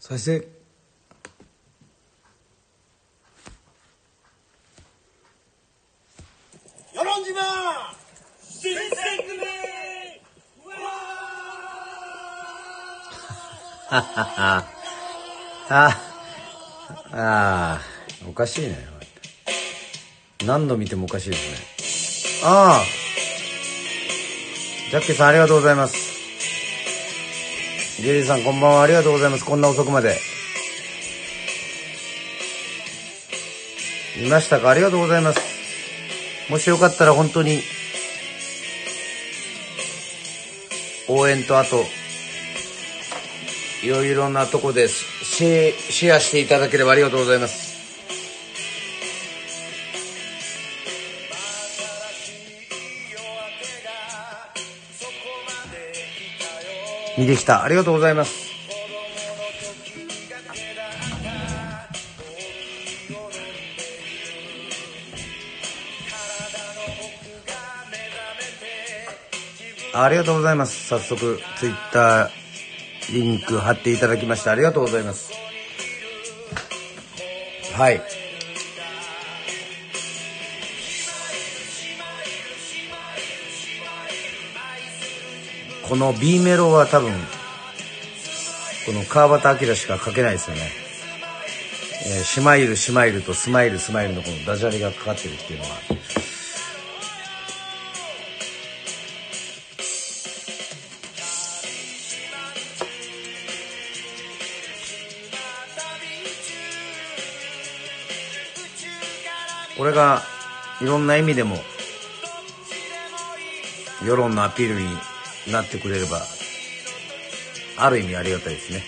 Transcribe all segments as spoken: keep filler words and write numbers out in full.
再生。 与論島新選組。 ははは。ああ、おかしいね。何度見てもおかしいですね。ああ、ジャッキーさんありがとうございます。ゲリーさんこんばんは、ありがとうございます。こんな遅くまで見ましたか。ありがとうございます。もしよかったら本当に応援と、あといろいろなとこでシェシェアしていただければありがとうございます。見てきた、ありがとうございます。ありがとうございます。早速ツイッターリンク貼っていただきましてありがとうございます。はい、この B メロは多分この川端明しか書けないですよね。えー、シマイルシマイルとスマイルスマイルのこのダジャレがかかってるっていうのはこれがいろんな意味でも世論のアピールになってくれればある意味ありがたいですね。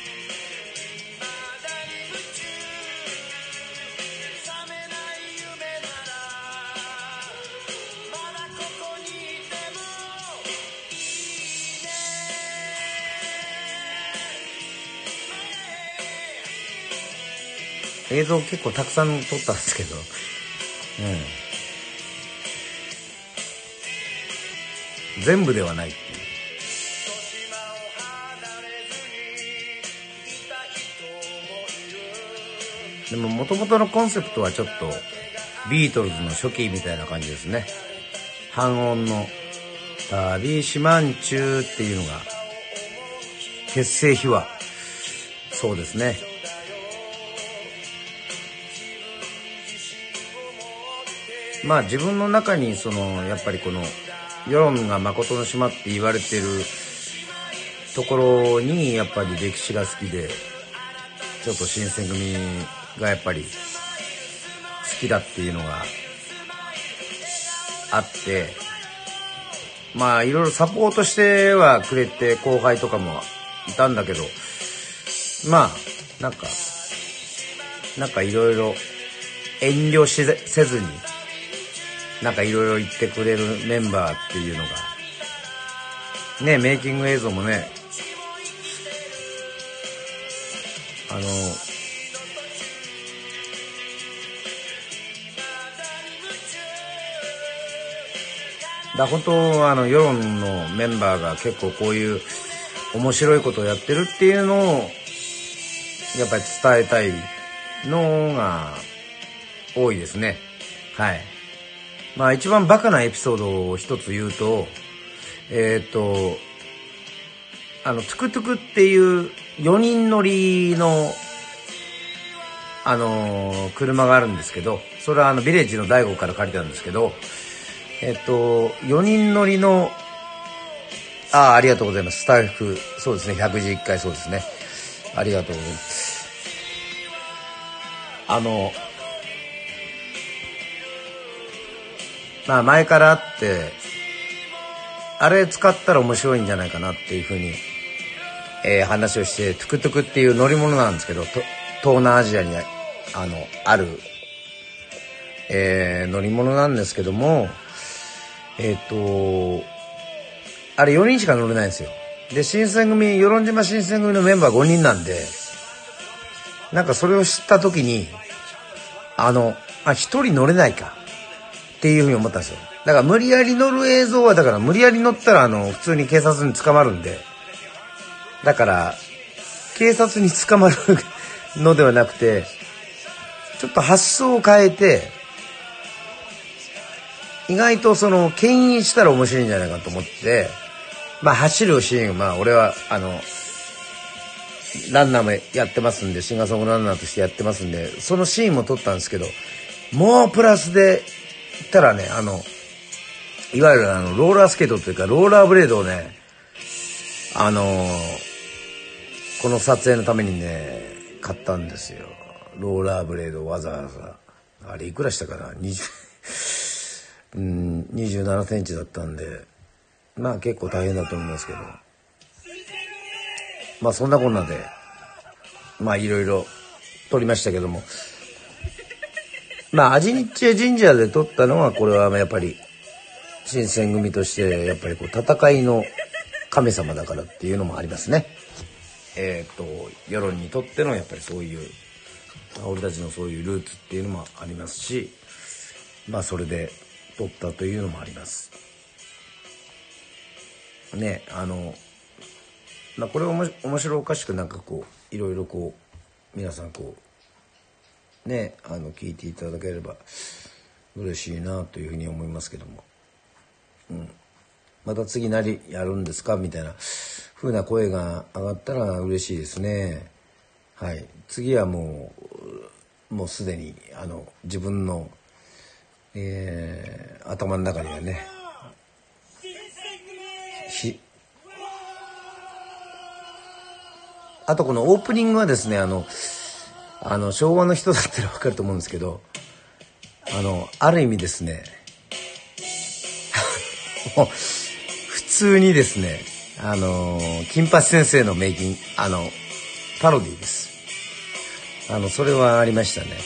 映像結構たくさん撮ったんですけど、うん、全部ではないっていう。でも元々のコンセプトはちょっとビートルズの初期みたいな感じですね。半音の旅しまんちゅうっていうのが結成秘話。そうですね。まあ自分の中にそのやっぱりこの世論が誠の島って言われてるところにやっぱり歴史が好きで、ちょっと新選組がやっぱり好きだっていうのがあって、まあいろいろサポートしてはくれて後輩とかもいたんだけど、まあなんかなんかいろいろ遠慮しせずになんかいろいろ言ってくれるメンバーっていうのがね、メイキング映像もね、あのだ本当あの世論のメンバーが結構こういう面白いことをやってるっていうのをやっぱり伝えたいのが多いですね。はい。まあ一番バカなエピソードを一つ言うと、えっとあのトゥクトゥクっていうよにん乗りのあの車があるんですけど、それはあのビレッジの大悟から借りたんですけど、えっとよにん乗りのああありがとうございます。スタッフそうですね、ひゃくじゅういっかいそうですね、ありがとうございます。あのまあ前からあってあれ使ったら面白いんじゃないかなっていうふうに、えー、話をして、トゥクトゥクっていう乗り物なんですけど、と東南アジアにあのある、えー、乗り物なんですけども、えっとあれよにんしか乗れないんですよ。で新選組与論島新選組のメンバーごにんなんで、なんかそれを知った時にあのあひとり乗れないかっていうふうに思ったんですよ。だから無理やり乗る映像は、だから無理やり乗ったらあの普通に警察に捕まるんで、だから警察に捕まるのではなくて、ちょっと発想を変えて、意外とその牽引したら面白いんじゃないかと思って、まあ走るシーン、まあ俺はあのランナーもやってますんで、シンガーソングランナーとしてやってますんで、そのシーンも撮ったんですけど、もうプラスで言ったらね、あのいわゆるあのローラースケートというかローラーブレードをね、あのこの撮影のためにね買ったんですよ。ローラーブレードをわざわざ、あれいくらしたかな、にじゅう、うん、にじゅうななセンチだったんで、まあ結構大変だと思いますけど、まあそんなこんなでまあいろいろ撮りましたけども、まあアジニッチェ神社で撮ったのは、これはやっぱり新選組としてやっぱりこう戦いの神様だからっていうのもありますね。えっと世論にとってのやっぱりそういう俺たちのそういうルーツっていうのもありますし、まあそれで撮ったというのもありますね。あのまあこれを面白おかしくなんかこういろいろこう皆さんこうねあの聞いていただければ嬉しいなというふうに思いますけども、うん、また次何やるんですかみたいな風な声が上がったら嬉しいですね。はい、次はもうもうすでにあの自分の、えー、頭の中にはねひあとこのオープニングはですね、あのあの昭和の人だったら分かると思うんですけど、あのある意味ですね普通にですね、あの金八先生のメイキンあのパロディです。あのそれはありましたね。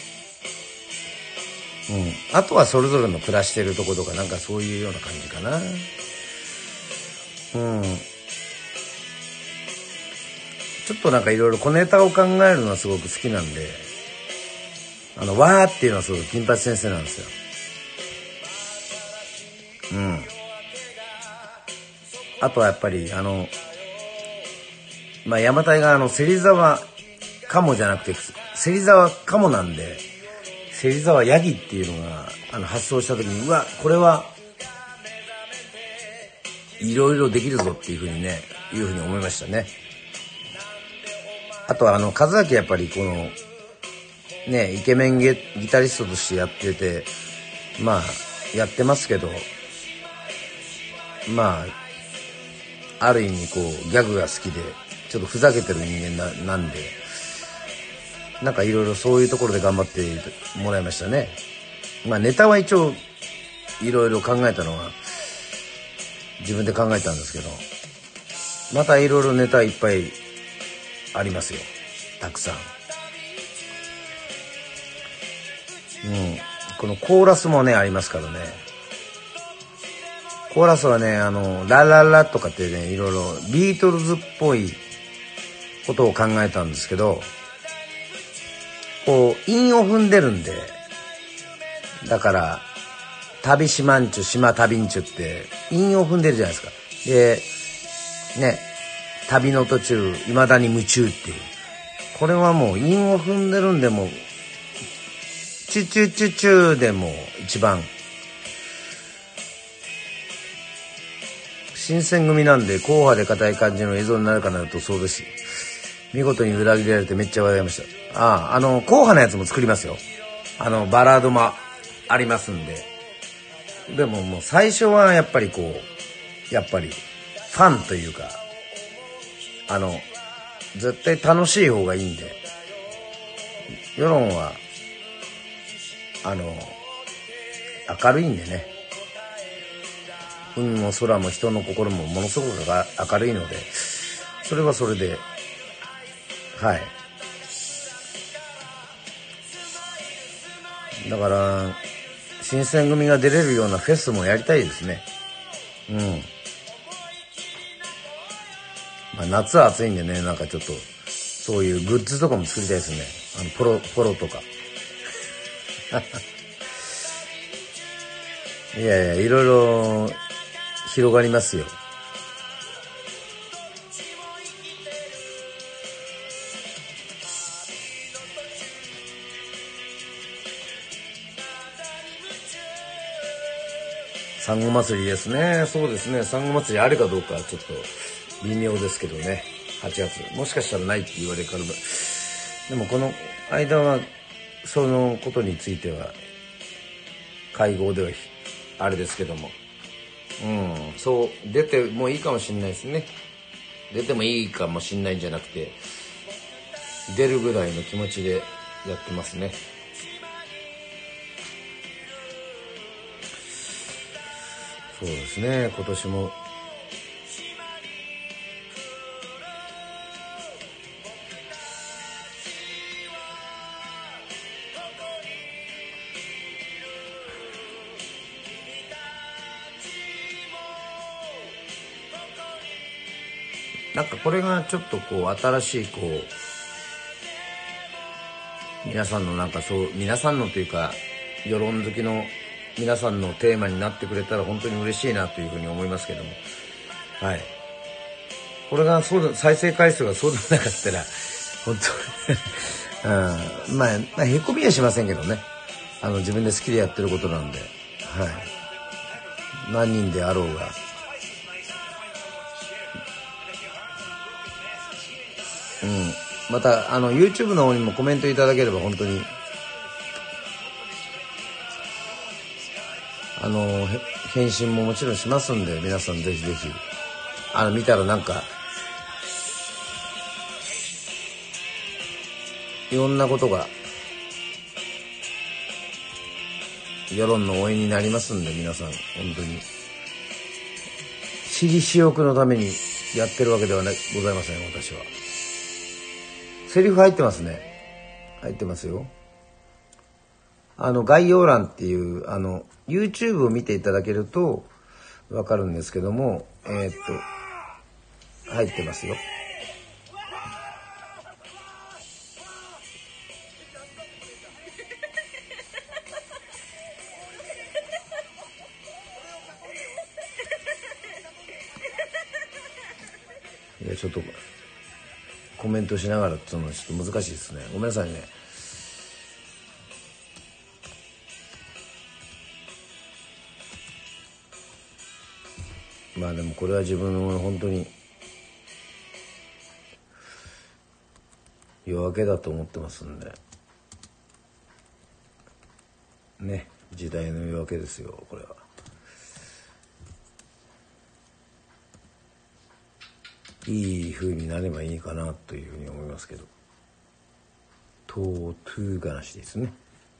うん、あとはそれぞれの暮らしてるとことかなんかそういうような感じかな。うん、ちょっとなんかいろいろ小ネタを考えるのはすごく好きなんで、あのわーっていうのはすごく金八先生なんですよ。うん。あとはやっぱりあのまあ山隊があの芹沢鴨じゃなくて芹沢鴨なんで、芹沢ヤギっていうのがあの発想した時に、うわこれはいろいろできるぞっていうふうにねいうふうに思いましたね。あとはあの和明やっぱりこのねイケメンゲギタリストとしてやってて、まあやってますけど、まあある意味こうギャグが好きでちょっとふざけてる人間 な, なんでなんかいろいろそういうところで頑張ってもらいましたね。まあネタは一応いろいろ考えたのは自分で考えたんですけど、またいろいろネタいっぱいありますよ、たくさん。うん、このコーラスもねありますからね。コーラスはねあのラララとかってねいろいろビートルズっぽいことを考えたんですけど、こう韻を踏んでるんで、だから旅しまんちゅ島旅んちゅって韻を踏んでるじゃないですか。でね旅の途中いまだに夢中っていう、これはもう韻を踏んでるんで、もうチュチュチュチュでも一番新選組なんで硬派で硬い感じの映像になるかなと、そうです。見事に裏切られてめっちゃ笑いました。ああ、あの硬派なやつも作りますよ。あのバラードもありますんで。でももう最初はやっぱりこうやっぱりファンというか、あの絶対楽しい方がいいんで、世論はあの明るいんでね、海も空も人の心もものすごく明るいので、それはそれではいだから新選組が出れるようなフェスもやりたいですね。うん、まあ、夏は暑いんでね、なんかちょっとそういうグッズとかも作りたいですね。あのポロポロとかいやいやいろいろ広がりますよ。 サンゴ祭りですね。そうですね。サンゴ祭りあるかどうかはちょっと微妙ですけどね。はちがつ。もしかしたらないって言われるから。でもこの間は、そのことについては、会合ではあれですけども。うん。そう、出てもいいかもしれないですね。出てもいいかもしれないんじゃなくて、出るぐらいの気持ちでやってますね。そうですね。今年もなんかこれがちょっとこう新しいこう皆さんのなんかそう皆さんのというか世論好きの皆さんのテーマになってくれたら本当に嬉しいなというふうに思いますけども、はい。これがそうだ再生回数がそうでもなかったら本当に、うん、まあ、まあ、へこみはしませんけどね。あの自分で好きでやってることなんで、はい。何人であろうが。うん、またあの YouTube の方にもコメントいただければ本当にあの返信ももちろんしますんで、皆さんぜひぜひあの見たらなんかいろんなことが世論の応援になりますんで、皆さん本当に私利私欲のためにやってるわけではございません。私はセリフ入ってますね。入ってますよ。あの概要欄っていうあの YouTube を見ていただけるとわかるんですけども、えー、っと入ってますよ。いやちょっとコメントしながらそのちょっと難しいですね。ごめんなさいね。まあでもこれは自分の本当に夜明けだと思ってますんでね、時代の夜明けですよこれは。いい風になればいいかなというふうに思いますけど、とうとう話ですね。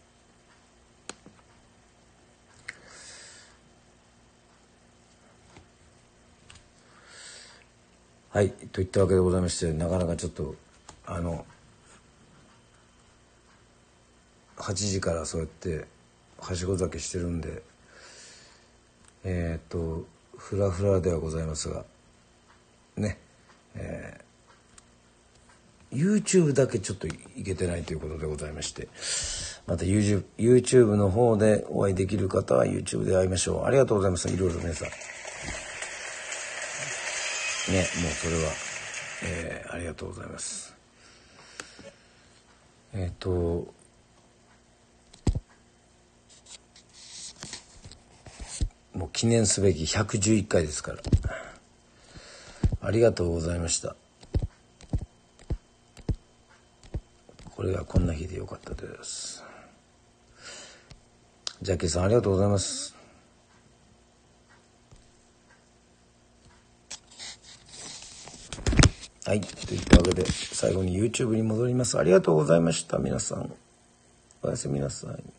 はい、といったわけでございまして、なかなかちょっとあのはちじからそうやってはしご酒してるんで、えっとフラフラではございますがね、えー、YouTube だけちょっといけてないということでございまして、また YouTube, YouTube の方でお会いできる方は YouTube で会いましょう。ありがとうございます。いろいろ皆さんね、もうそれは、えー、ありがとうございます。えっともう記念すべきひゃくじゅういっかいですから、ありがとうございました。これがこんな日でよかったです。ジャッキーさんありがとうございます。はい、といったわけで最後に YouTube に戻ります。ありがとうございました。皆さんおやすみなさい。